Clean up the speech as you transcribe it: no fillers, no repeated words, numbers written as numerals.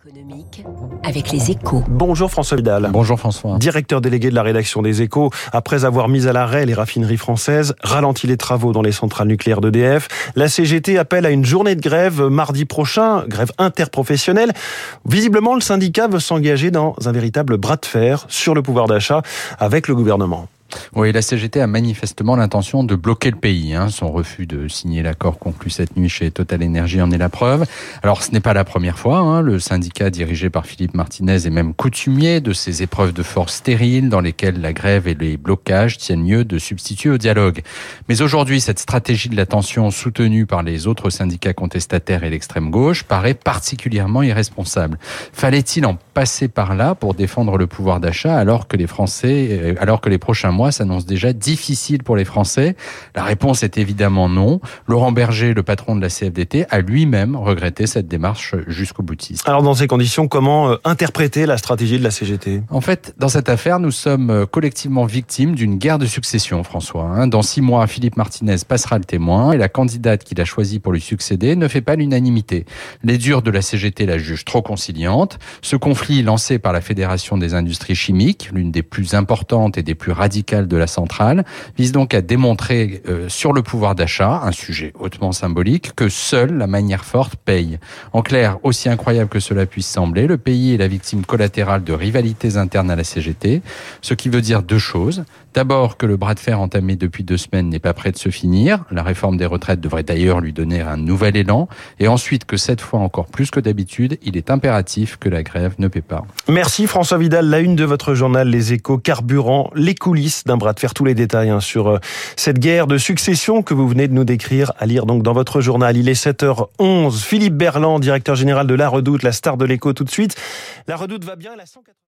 Économique avec les Échos. Bonjour François Vidal. Bonjour François. Directeur délégué de la rédaction des Échos. Après avoir mis à l'arrêt les raffineries françaises, ralenti les travaux dans les centrales nucléaires d'EDF, la CGT appelle à une journée de grève mardi prochain, grève interprofessionnelle. Visiblement, le syndicat veut s'engager dans un véritable bras de fer sur le pouvoir d'achat avec le gouvernement. Oui, la CGT a manifestement l'intention de bloquer le pays. Son refus de signer l'accord conclu cette nuit chez Total Energy en est la preuve. Alors, ce n'est pas la première fois. Le syndicat dirigé par Philippe Martinez est même coutumier de ces épreuves de force stériles dans lesquelles la grève et les blocages tiennent mieux de substituer au dialogue. Mais aujourd'hui, cette stratégie de la tension soutenue par les autres syndicats contestataires et l'extrême gauche paraît particulièrement irresponsable. Fallait-il en passer par là pour défendre le pouvoir d'achat alors que les prochains mois s'annonce déjà difficile pour les Français? La réponse est évidemment non. Laurent Berger, le patron de la CFDT, a lui-même regretté cette démarche jusqu'au boutiste. Alors dans ces conditions, comment interpréter la stratégie de la CGT? En fait, dans cette affaire, nous sommes collectivement victimes d'une guerre de succession, François. Dans 6 mois, Philippe Martinez passera le témoin et la candidate qu'il a choisie pour lui succéder ne fait pas l'unanimité. Les durs de la CGT la jugent trop conciliante. Ce conflit lancé par la Fédération des industries chimiques, l'une des plus importantes et des plus radicales de la centrale, vise donc à démontrer sur le pouvoir d'achat, un sujet hautement symbolique, que seule la manière forte paye. En clair, aussi incroyable que cela puisse sembler, le pays est la victime collatérale de rivalités internes à la CGT, ce qui veut dire 2 choses. D'abord, que le bras de fer entamé depuis 2 semaines n'est pas prêt de se finir. La réforme des retraites devrait d'ailleurs lui donner un nouvel élan. Et ensuite, que cette fois encore plus que d'habitude, il est impératif que la grève ne paie pas. Merci François Vidal. La une de votre journal Les Échos, carburant, les coulisses d'un bras de fer. Tous les détails sur cette guerre de succession que vous venez de nous décrire, à lire donc dans votre journal. Il est 7h11. Philippe Berland, directeur général de La Redoute, la star de l'Écho tout de suite. La Redoute va bien, elle a 180...